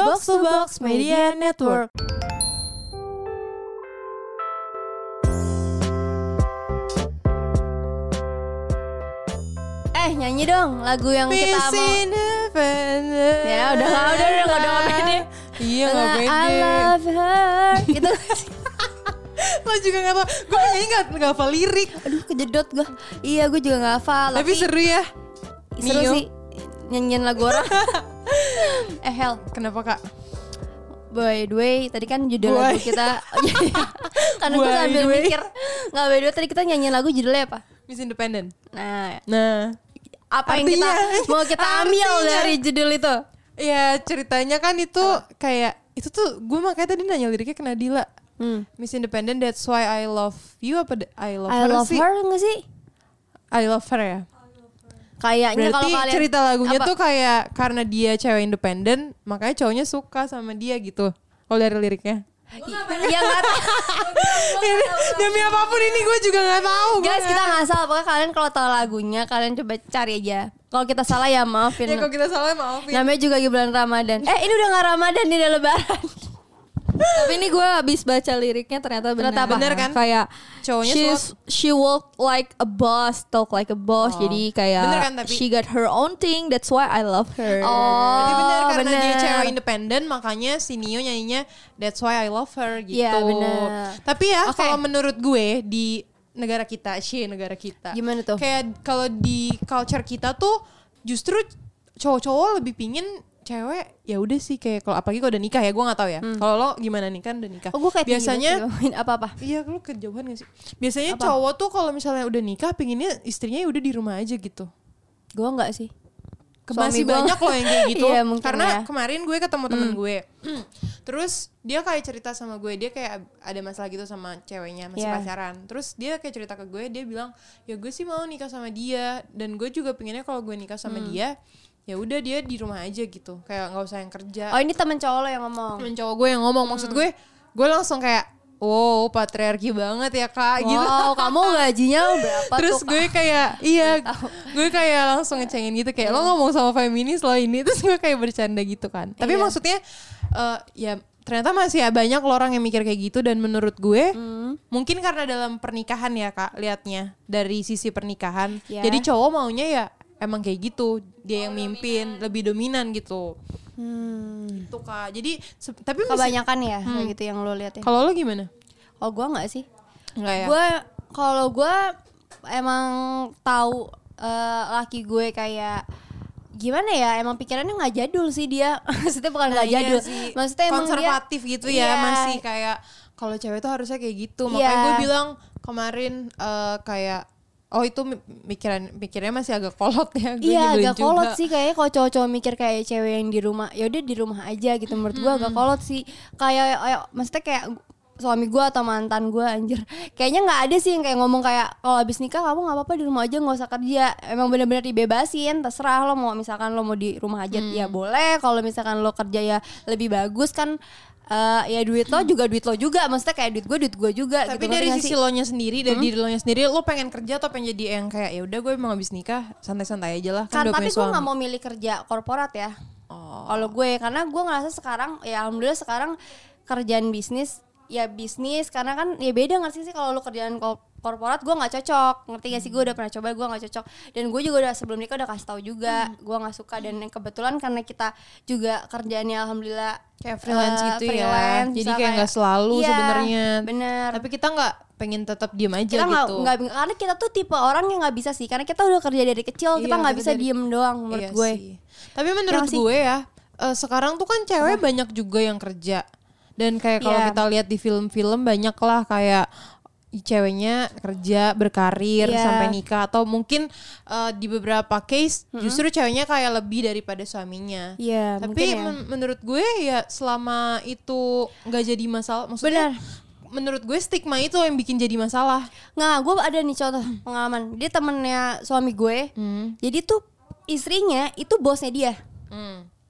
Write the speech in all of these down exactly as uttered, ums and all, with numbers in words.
Box to Box Media Network. Eh nyanyi dong lagu yang kita mau. Ya udah nggak udah udah nggak udah pede. Iya nggak pede. I love her. Gitu. Lo juga nggak tau. Gue nyanyi nggak nggak hafal lirik. Aduh kejedot gue. Iya gue juga nggak hafal. Tapi, tapi seru ya. Seru Nio. Sih nyanyiin lagu orang. eh Hel. Kenapa kak? By the way, tadi kan judul lagu kita. Karena gue sambil mikir. Nggak by the way tadi kita nyanyiin lagu judulnya apa? Miss Independent. Nah. Nah. Apa artinya, yang kita mau kita ambil artinya, dari judul itu? Ya ceritanya kan itu oh. kayak itu tuh gue makanya tadi nanya liriknya ke Nadila. Hmm. Miss Independent, that's why I love you apa I love I her love sih? her nggak sih? I love her ya. Kayaknya kalau kalian cerita lagunya apa? tuh kayak karena dia cewek independen, makanya cowoknya suka sama dia gitu. Kalau dari liriknya. Iya nggak tahu. Demi apapun ini gue juga nggak tahu. Guys kita nggak salah. Pokoknya kalian kalau tahu lagunya kalian coba cari aja. Kalau kita salah ya maafin. Ya kalau kita salah ya maafin. Namanya juga lagi bulan Ramadan. Eh ini udah nggak Ramadan, ini udah Lebaran. Tapi ini gue habis baca liriknya ternyata benar. Ternyata benar kan? Kayak cowoknya she's, she walk like a boss, talk like a boss. Oh. Jadi kayak kan, tapi... she got her own thing, that's why I love her. Oh, berarti benar karena bener. dia cewek independen, makanya si Nio nyanyinya that's why I love her gitu. Iya benar. Tapi ya okay. kalau menurut gue di negara kita, sih negara kita. Gimana tuh? Kayak kalau di culture kita tuh justru cowok-cowok lebih pingin cewek ya udah sih kayak kalau apalagi kalau udah nikah ya gue nggak tahu ya. Hmm. Kalau lo gimana nih kan udah nikah. Oh, gue kayak biasanya apa-apa. Iya lo kejauhan gak sih? Biasanya apa? Cowok tuh kalau misalnya udah nikah pinginnya istrinya ya udah di rumah aja gitu. Gue nggak sih. Masih gua banyak loh yang kayak gitu. Iya, karena ya. kemarin gue ketemu temen hmm. gue. Terus dia kayak cerita sama gue, dia kayak ada masalah gitu sama ceweknya masih yeah. pacaran. Terus dia kayak cerita ke gue, dia bilang ya gue sih mau nikah sama dia dan gue juga pinginnya kalau gue nikah sama hmm. dia ya udah dia di rumah aja gitu, kayak nggak usah yang kerja. Oh ini temen cowok lo yang ngomong? Temen cowok gue yang ngomong. Maksud hmm. gue, gue langsung kayak wow patriarki banget ya kak. Wow, gitu. kamu gajinya berapa? Terus tuh, gue kayak iya, gue kayak langsung ngecengin gitu kayak hmm. lo ngomong sama feminis lo ini. Terus gue kayak bercanda gitu kan. Tapi iya. maksudnya uh, ya ternyata masih banyak loh orang yang mikir kayak gitu. Dan menurut gue hmm. mungkin karena dalam pernikahan ya kak, liatnya dari sisi pernikahan yeah. jadi cowok maunya ya emang kayak gitu, dia yang mimpin, lebih dominan gitu. Hmm. Itu kak. Jadi se- tapi kebanyakan mesti, ya hmm. kayak gitu yang lo lihat ya. Kalau lo gimana? Oh gue nggak sih. Nggak ya. Gue kalau gue emang tahu uh, laki gue kayak gimana ya, emang pikirannya nggak jadul sih dia. Maksudnya bukan nggak nah, jadul. Iya maksudnya emang konservatif dia, gitu ya, iya. masih kayak kalau cewek tuh harusnya kayak gitu. Makanya iya. gue bilang kemarin uh, kayak oh itu mikiran mikirnya masih agak kolot ya. Gue iya agak juga. kolot sih kayaknya kalau cowok-cowok mikir kayak cewek yang di rumah ya udah di rumah aja gitu. Menurut gue agak kolot sih. Kayak ayo, maksudnya kayak suami gue atau mantan gue anjir kayaknya nggak ada sih yang kayak ngomong kayak kalau abis nikah kamu nggak apa-apa di rumah aja nggak usah kerja. Emang benar-benar dibebasin, terserah lo mau misalkan lo mau di rumah aja hmm. ya boleh. Kalau misalkan lo kerja ya lebih bagus kan. Uh, ya duit lo juga duit lo juga, maksudnya kayak duit gue duit gue juga. Tapi gitu, dari sisi lo nya sendiri, dari hmm? diri lo nya sendiri, lo pengen kerja atau pengen jadi yang kayak ya udah gue emang habis nikah santai-santai aja lah. Kan, kan tapi gue nggak mau milih kerja korporat ya. Oh. Kalau gue karena gue ngerasa sekarang ya alhamdulillah sekarang kerjaan bisnis ya bisnis karena kan ya beda nggak sih sih kalau lo kerjaan korporat gue nggak cocok, ngerti gak sih? Gue udah pernah coba, gue nggak cocok dan gue juga udah sebelum nikah udah kasih tahu juga hmm. gue nggak suka. Dan yang kebetulan karena kita juga kerjaannya alhamdulillah kayak freelance uh, gitu freelance, ya, jadi kayak nggak selalu iya, sebenarnya. Bener. Tapi kita nggak pengen tetap diem aja kita gitu. Gak, gak, karena kita tuh tipe orang yang nggak bisa sih, karena kita udah kerja dari kecil, kita nggak iya, bisa dari, diem doang menurut iya gue. Sih. Tapi menurut ya, gue ya, uh, sekarang tuh kan cewek oh. banyak juga yang kerja. Dan kayak kalau yeah. kita lihat di film-film banyak lah kayak ceweknya kerja berkarir yeah. sampai nikah atau mungkin uh, di beberapa case mm-hmm. justru ceweknya kayak lebih daripada suaminya. Yeah, tapi ya. men- menurut gue ya selama itu nggak jadi masalah, maksudnya. Benar. Menurut gue stigma itu yang bikin jadi masalah. Nggak, gue ada nih contoh pengalaman. Dia temennya suami gue. Hmm. Jadi tuh istrinya itu bosnya dia. Hmm.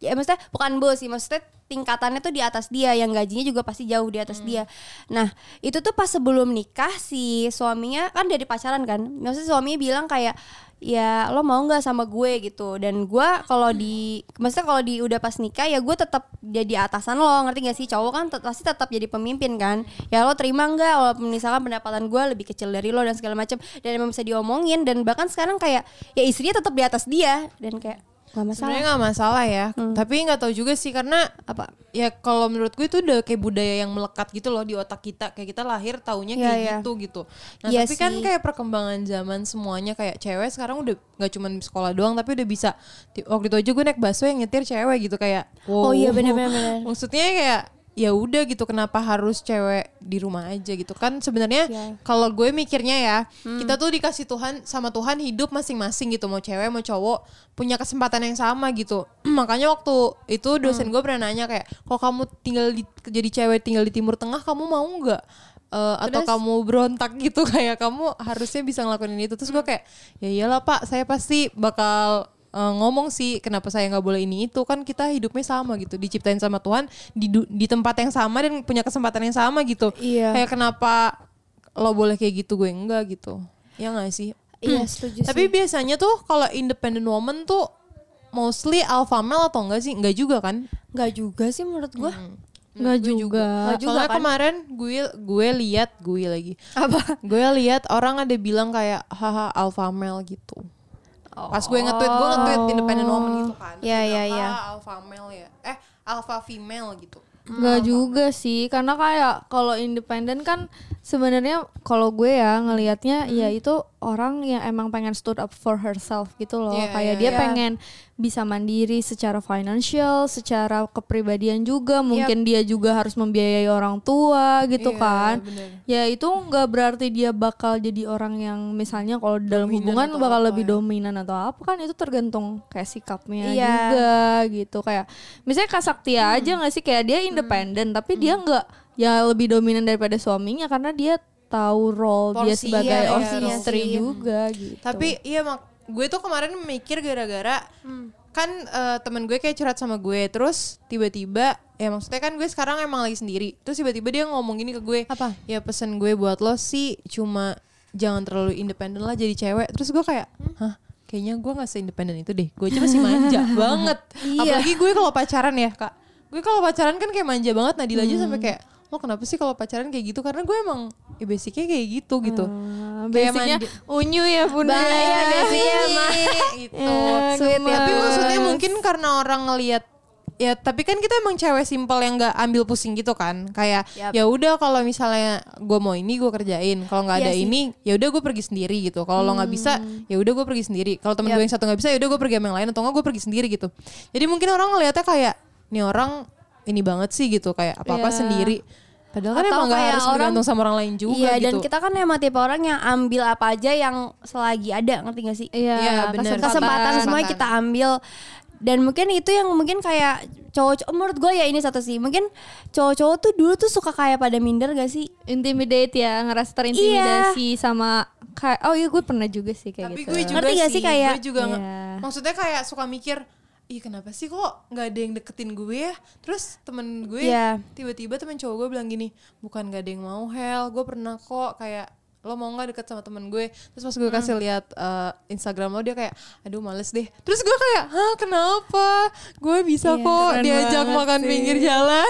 ya maksudnya bukan bos sih, maksudnya tingkatannya tuh di atas dia, yang gajinya juga pasti jauh di atas hmm. dia. Nah itu tuh pas sebelum nikah si suaminya kan dari pacaran kan, maksudnya suaminya bilang kayak ya lo mau nggak sama gue gitu, dan gue kalau di maksudnya kalau di udah pas nikah ya gue tetap jadi atasan lo, ngerti gak sih? Cowok kan tet- pasti tetap jadi pemimpin kan, ya lo terima nggak walaupun misalkan pendapatan gue lebih kecil dari lo dan segala macam, dan emang bisa diomongin, dan bahkan sekarang kayak ya istrinya tetap di atas dia, dan kayak nggak masalah. Sebenarnya nggak masalah ya, hmm. tapi nggak tahu juga sih karena apa ya, kalau menurut gue itu udah kayak budaya yang melekat gitu loh di otak kita, kayak kita lahir taunya kayak yeah, gitu yeah. gitu. Nah yeah, tapi sih. Kan kayak perkembangan zaman semuanya, kayak cewek sekarang udah nggak cuma sekolah doang tapi udah bisa. Waktu itu aja gue naik busway yang nyetir cewek gitu, kayak wow. Oh iya benar-benar. Maksudnya kayak ya udah gitu, kenapa harus cewek di rumah aja gitu kan? Sebenarnya yeah. kalau gue mikirnya ya hmm. kita tuh dikasih Tuhan sama Tuhan hidup masing-masing gitu, mau cewek mau cowok punya kesempatan yang sama gitu. Makanya waktu itu dosen hmm. gue pernah nanya kayak, kalau kamu tinggal di, jadi cewek tinggal di Timur Tengah kamu mau nggak uh, atau kamu berontak gitu, kayak kamu harusnya bisa ngelakuin itu. Terus gue kayak ya iyalah Pak, saya pasti bakal Uh, ngomong sih kenapa saya nggak boleh ini itu, kan kita hidupnya sama gitu, diciptain sama Tuhan di di tempat yang sama dan punya kesempatan yang sama gitu. Iya. Kayak kenapa lo boleh kayak gitu gue enggak gitu, ya nggak sih? Iya setuju. Tapi sih. biasanya tuh kalau independent woman tuh mostly alpha male atau enggak sih? Enggak juga kan? Enggak juga sih menurut gue. Hmm. Nggak juga. juga. Nggak juga Soalnya kan? kemarin gue gue lihat gue lagi. Apa? Gue lihat orang ada bilang kayak haha alpha male gitu. Oh. Pas gue nge-tweet, gue nge-tweet independent woman gitu kan. Iya, iya, iya. Alpha male ya. Eh, alpha female gitu. Nggak hmm. juga sih, karena kayak kalau independen kan sebenarnya kalau gue ya ngelihatnya hmm. ya itu orang yang emang pengen stood up for herself gitu loh. Yeah, kayak yeah, dia yeah. pengen bisa mandiri secara financial, secara kepribadian juga. Mungkin yep. dia juga harus membiayai orang tua gitu yeah, kan. Bener. Ya itu nggak berarti dia bakal jadi orang yang misalnya kalau dalam hubungan bakal lebih ya. dominan atau apa, kan itu tergantung kayak sikapnya yeah. juga gitu. Kayak misalnya Kak Saktia hmm. aja nggak sih, kayak dia independen hmm. tapi hmm. dia nggak ya lebih dominan daripada suaminya karena dia tahu role Porsi, dia sebagai iya, istri iya, juga gitu. Tapi iya mak gue tuh kemarin mikir gara-gara hmm. kan uh, temen gue kayak curhat sama gue, terus tiba-tiba ya maksudnya kan gue sekarang emang lagi sendiri, terus tiba-tiba dia ngomong gini ke gue, apa? Ya pesan gue buat lo sih cuma jangan terlalu independen lah jadi cewek. Terus gue kayak hah, kayaknya gue nggak seindependen itu deh, gue aja masih manja banget. Iya. Apalagi gue kalau pacaran ya Kak, gue kalau pacaran kan kayak manja banget. Nadila aja hmm. sampai kayak lo kenapa sih kalau pacaran kayak gitu, karena gue emang ya basicnya kayak gitu gitu. Uh, basicnya unyu ya bunda. Bahaya basicnya mah gitu. Yeah, sweet ya. Tapi maksudnya mungkin karena orang ngelihat ya, tapi kan kita emang cewek simpel yang nggak ambil pusing gitu kan, kayak yep. ya udah kalau misalnya gue mau ini gue kerjain, kalau nggak ada yeah, ini ya udah gue pergi sendiri gitu. Kalau hmm. lo nggak bisa ya udah gue pergi sendiri. Kalau temen yep. gue yang satu nggak bisa ya udah gue pergi sama yang lain, atau nggak gue pergi sendiri gitu. Jadi mungkin orang ngelihatnya kayak nih orang ini banget sih gitu, kayak apa-apa yeah. sendiri. Padahal kan emang gak harus bergantung sama orang lain juga iya, gitu. Dan kita kan emang tipe orang yang ambil apa aja yang selagi ada, ngerti gak sih? Iya, ya, bener. Kesempatan semua kita ambil. Dan mungkin itu yang mungkin kayak cowok-cowok, menurut gue ya ini satu sih, mungkin cowok-cowok tuh dulu tuh suka kayak pada minder gak sih? Intimidate ya, ngerasa terintimidasi iya. sama kayak, oh iya gue pernah juga sih kayak tapi gitu. Tapi gue juga ngerti sih, gak sih kayak, gue juga iya. nge- maksudnya kayak suka mikir, ih kenapa sih kok nggak ada yang deketin gue ya? Terus temen gue yeah. tiba-tiba temen cowok gue bilang gini, bukan nggak ada yang mau Hel, gue pernah kok, kayak lo mau nggak deket sama temen gue? Terus pas gue hmm. kasih lihat uh, Instagram lo, dia kayak aduh males deh. Terus gue kayak hah kenapa? Gue bisa yeah, kok diajak makan sih. Pinggir jalan.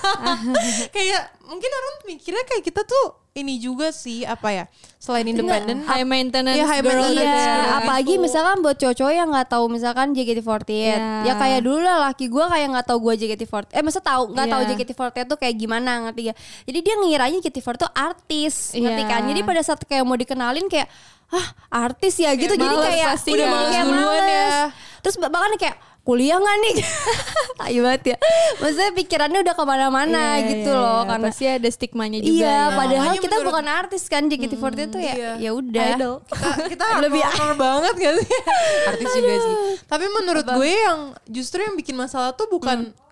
Kayak mungkin orang mikirnya kayak kita tuh ini juga sih apa ya, selain independen high maintenance ya, high girl maintenance iya, girl apalagi gitu. Misalkan buat cowok-cowok yang nggak tahu misalkan J K T empat delapan yeah. ya kayak dulu lah laki gue kayak nggak tahu gue J K T empat delapan eh masa tahu nggak yeah. tahu J K T empat delapan tuh kayak gimana, ngerti gak? Jadi dia ngiranya J K T empat delapan tuh artis yeah. ngerti kan? Jadi pada saat kayak mau dikenalin kayak ah artis ya gitu, kayak jadi males, kayak pasti udah males duluan ya. Terus bahkan kayak kuliah gak nih? Ayo banget ya. Maksudnya pikirannya udah kemana-mana yeah, gitu yeah, loh. Yeah. Karena pasti ada stigmanya juga. Iya, ya. padahal Makanya kita menurut, bukan artis kan. J K T empat delapan itu ya iya. ya udah. Idol. Kita, kita lebih horror banget gak sih? Artis juga sih. Tapi menurut Apa? gue yang justru yang bikin masalah tuh bukan hmm.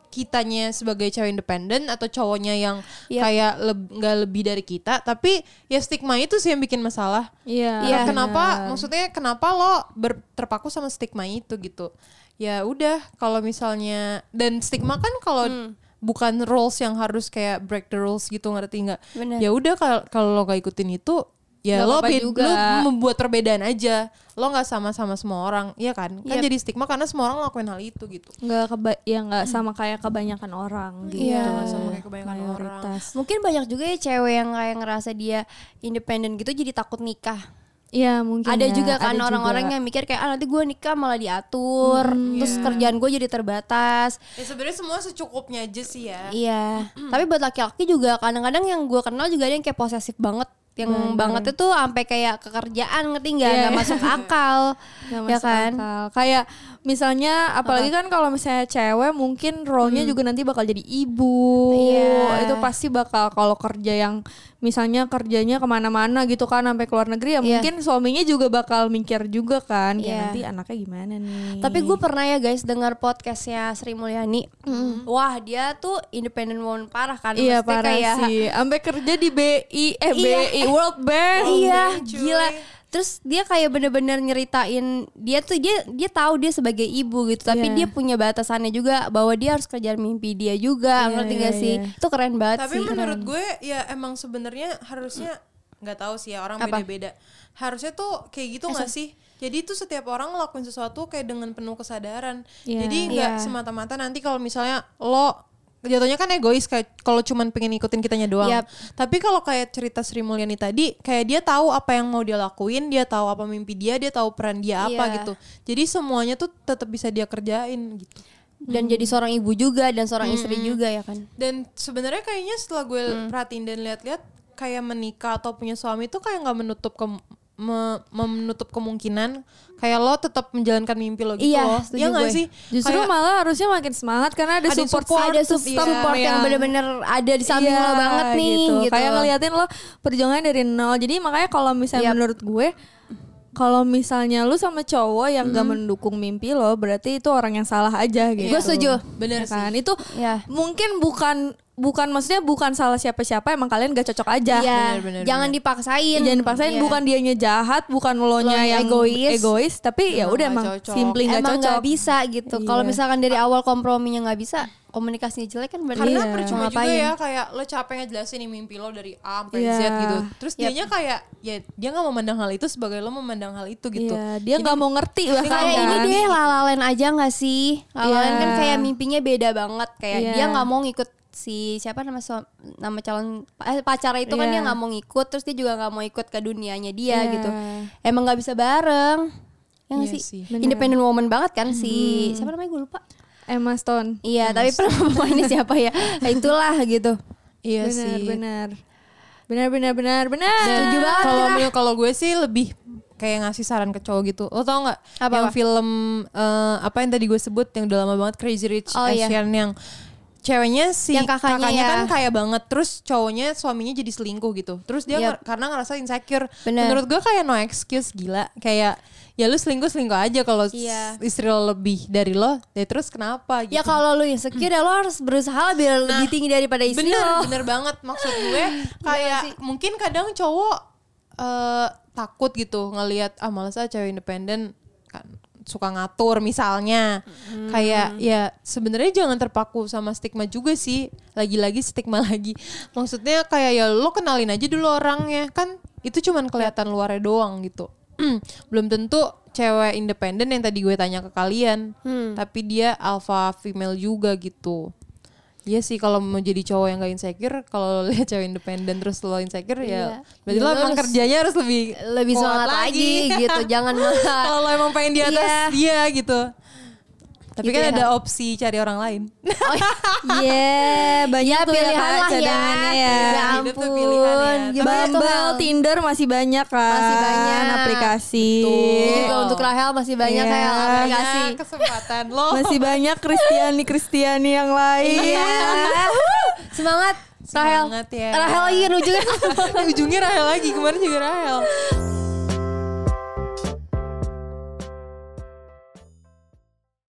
kitanya sebagai cewek independen atau cowoknya yang Yep. kayak leb- nggak lebih dari kita, tapi ya stigma itu sih yang bikin masalah. Iya. Ya, kenapa maksudnya kenapa lo ber- terpaku sama stigma itu gitu. Ya udah, kalau misalnya dan stigma kan kalau hmm. bukan rules yang harus kayak break the rules gitu, ngerti nggak? Ya udah, kalau kalau lo gak ikutin itu ya gak lo, be- lo membuat perbedaan aja. Lo nggak sama-sama semua orang, iya kan? Kan yep. jadi stigma karena semua orang ngelakuin hal itu gitu. Nggak keba- ya nggak sama kayak kebanyakan orang gitu. Iya, nggak sama kayak kebanyakan mayoritas. orang. Mungkin banyak juga ya cewek yang kayak ngerasa dia independen gitu jadi takut nikah. Iya mungkin ada ya, juga kan ada orang-orang juga. yang mikir kayak ah nanti gue nikah malah diatur, hmm, terus yeah. kerjaan gue jadi terbatas. Ya sebenarnya semua secukupnya aja sih ya. Iya. Tapi buat laki-laki juga kadang-kadang yang gue kenal juga ada yang kayak posesif banget, yang hmm, banget itu sampai kayak kekerjaan, ngerti nggak? Nggak yeah. masuk akal, gak ya masuk kan? Akal. Kayak misalnya, apalagi Apa? kan kalau misalnya cewek mungkin role-nya hmm. juga nanti bakal jadi ibu. Yeah. Itu pasti bakal kalau kerja yang misalnya kerjanya kemana-mana gitu kan sampai keluar negeri ya yeah. mungkin suaminya juga bakal mikir juga kan yeah. ya nanti anaknya gimana nih. Tapi gue pernah ya guys dengar podcastnya Sri Mulyani. Mm. Wah dia tuh independent woman parah kan. Iya parah kayak, sih. Sampai kerja di B I eh B I iya. World Bank. Oh, iya gila. Terus dia kayak bener-bener nyeritain dia tuh dia dia tahu dia sebagai ibu gitu, tapi yeah. dia punya batasannya juga bahwa dia harus kejar mimpi dia juga, yeah, ngerti yeah, gak sih? Yeah. Itu keren banget tapi sih. Tapi menurut keren. gue ya emang sebenarnya harusnya nggak tahu sih ya orang Apa? beda-beda. Harusnya tuh kayak gitu nggak sih? Jadi tuh setiap orang ngelakuin sesuatu kayak dengan penuh kesadaran. Yeah. Jadi nggak yeah. semata-mata nanti kalau misalnya lo jatuhnya kan egois kayak kalau cuman pengen ikutin kitanya doang. Yep. Tapi kalau kayak cerita Sri Mulyani tadi, kayak dia tahu apa yang mau dia lakuin, dia tahu apa mimpi dia, dia tahu peran dia apa yeah. gitu. Jadi semuanya tuh tetap bisa dia kerjain gitu. Dan hmm. jadi seorang ibu juga dan seorang hmm. istri juga ya kan. Dan sebenarnya kayaknya setelah gue hmm. perhatiin dan lihat-lihat, kayak menikah atau punya suami tuh kayak nggak menutup ke Me, menutup kemungkinan kayak lo tetap menjalankan mimpi lo gitu. Iya, loh. Iya nggak sih? Justru kayak, malah harusnya makin semangat karena ada, ada support, support ada support, iya. support yang benar-benar ada di samping iya, lo banget nih. Gitu. Gitu. Kayak ngeliatin lo perjuangannya dari nol. Jadi makanya kalau misalnya yep. menurut gue, kalau misalnya lu sama cowok yang mm. gak mendukung mimpi lo, berarti itu orang yang salah aja gitu. Gue setuju, bener ya kan? sih. Itu ya. mungkin bukan bukan maksudnya bukan salah siapa-siapa, emang kalian gak cocok aja. Iya, bener, bener, jangan bener. dipaksain. Jangan dipaksain, yeah. bukan dianya jahat, bukan lo nya yang egois, egois tapi ya udah emang simply gak emang cocok. Emang gak bisa gitu. Iya. Kalau misalkan dari awal komprominya gak bisa, komunikasinya jelek kan berarti. Karena iya. percuma juga ya, kayak lo capek ngejelasin nih mimpi lo dari A sampai yeah. Z gitu. Terus yep. dianya kayak ya dia gak memandang hal itu sebagai lo memandang hal itu gitu. Yeah, dia gak mau ngerti lah kan. Kayak ini deh lalalen aja gak sih? Lalalen yeah. kan kayak mimpinya beda banget. Kayak yeah. dia gak mau ngikut si siapa nama suam, nama calon eh, pacarnya itu yeah. kan dia nggak mau ngikut, terus dia juga nggak mau ikut ke dunianya dia yeah. gitu. Emang nggak bisa bareng, ya nggak yeah, sih? Independent woman banget kan mm-hmm. si siapa namanya gue lupa. Emma Stone. Iya, Emma tapi pernah ini siapa ya? Nah, itulah gitu. Iya benar, sih. Benar, benar, benar, benar, benar. Setuju banget. Kalau kalau gue sih lebih kayak ngasih saran ke cowok gitu. Lo tau nggak? Yang film uh, apa yang tadi gue sebut yang udah lama banget, Crazy Rich oh, Asian iya. yang ceweknya si yang kakaknya, kakaknya ya. kan kaya banget, terus cowoknya suaminya jadi selingkuh gitu, terus dia yep. nger- karena ngerasa insecure. Bener. Menurut gue kayak no excuse, gila, kayak ya lu selingkuh selingkuh aja kalau yeah. istri lo lebih dari lo, ya terus kenapa? Gitu. Ya kalau lu insecure ya lo harus berusaha biar nah, lebih tinggi daripada istri bener, lo. Bener banget maksud gue kayak mungkin kadang cowok uh, takut gitu ngelihat ah malas aja cewek independen kan suka ngatur misalnya hmm. kayak ya sebenarnya jangan terpaku sama stigma juga sih, lagi-lagi stigma lagi maksudnya kayak ya lo kenalin aja dulu orangnya kan, itu cuman kelihatan luarnya doang gitu. Belum tentu cewek independen yang tadi gue tanya ke kalian hmm. tapi dia alpha female juga gitu. Iya sih, kalau mau jadi cowok yang gak insecure, kalau lihat cewek independen terus lo insecure iya. ya berarti ya, lo emang kerjanya harus lebih lebih semangat lagi gitu. Jangan malah kalau lo emang pengen di atas yeah. dia gitu. Tapi gitu kan ya, ada opsi cari orang lain. Oh iya, yeah, banyak ya, pilihan lah ya. ya. Ya ampun. Ya. Bumble, Tinder masih banyak kan. Masih banyak aplikasi. Juga untuk Rahel masih banyak yeah. kayak aplikasi. Banyak kesempatan lo. Masih banyak Kristiani-Kristiani yang lain. Yeah. Semangat. Rahel. Semangat ya. Rahel lagi kan ujungnya. Ujungnya Rahel lagi. Kemarin juga Rahel.